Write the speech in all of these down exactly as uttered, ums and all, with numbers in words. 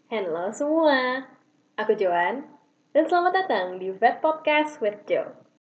Halo semua, aku Joan, dan selamat datang di Vet Podcast with Jo.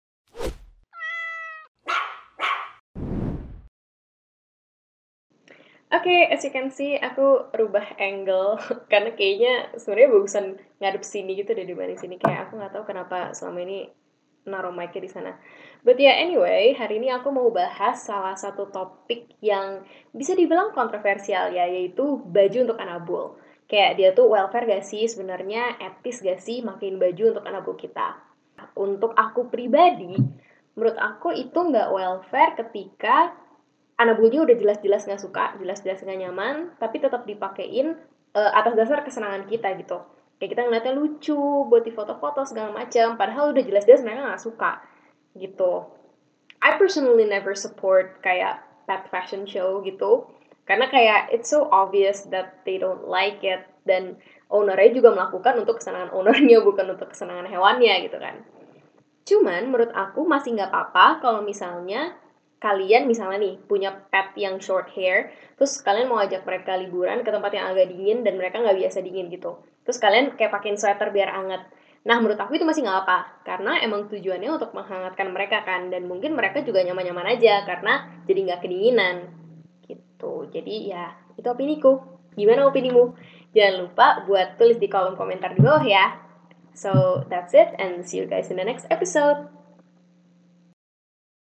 Oke, okay, as you can see, aku rubah angle karena kayaknya sebenarnya bagusan ngadep sini gitu deh dibanding sini. Kayak aku nggak tahu kenapa selama ini naruh mic-nya di sana. But yeah, anyway, hari ini aku mau bahas salah satu topik yang bisa dibilang kontroversial ya, yaitu baju untuk anabul. Kayak dia tuh welfare gak sih sebenarnya, etis gak sih makin baju untuk anabul kita. Untuk aku pribadi, menurut aku itu nggak welfare ketika anabulnya udah jelas-jelas nggak suka, jelas-jelas nggak nyaman, tapi tetap dipakein uh, atas dasar kesenangan kita gitu. Kayak kita ngeliatnya lucu, buat di foto-foto segala macam, padahal udah jelas-jelas mereka nggak suka gitu. I personally never support kayak pet fashion show gitu, karena kayak it's so obvious that they don't like it, dan ownernya juga melakukan untuk kesenangan ownernya, bukan untuk kesenangan hewannya gitu kan. Cuman menurut aku masih nggak apa-apa kalau misalnya kalian misalnya nih punya pet yang short hair, terus kalian mau ajak mereka liburan ke tempat yang agak dingin dan mereka nggak biasa dingin gitu. Terus kalian kayak pakein sweater biar anget. Nah menurut aku itu masih nggak apa, karena emang tujuannya untuk menghangatkan mereka kan, dan mungkin mereka juga nyaman-nyaman aja karena jadi nggak kedinginan gitu. Jadi ya itu opiniku. Gimana opinimu? Jangan lupa buat tulis di kolom komentar di bawah ya. So that's it, and see you guys in the next episode.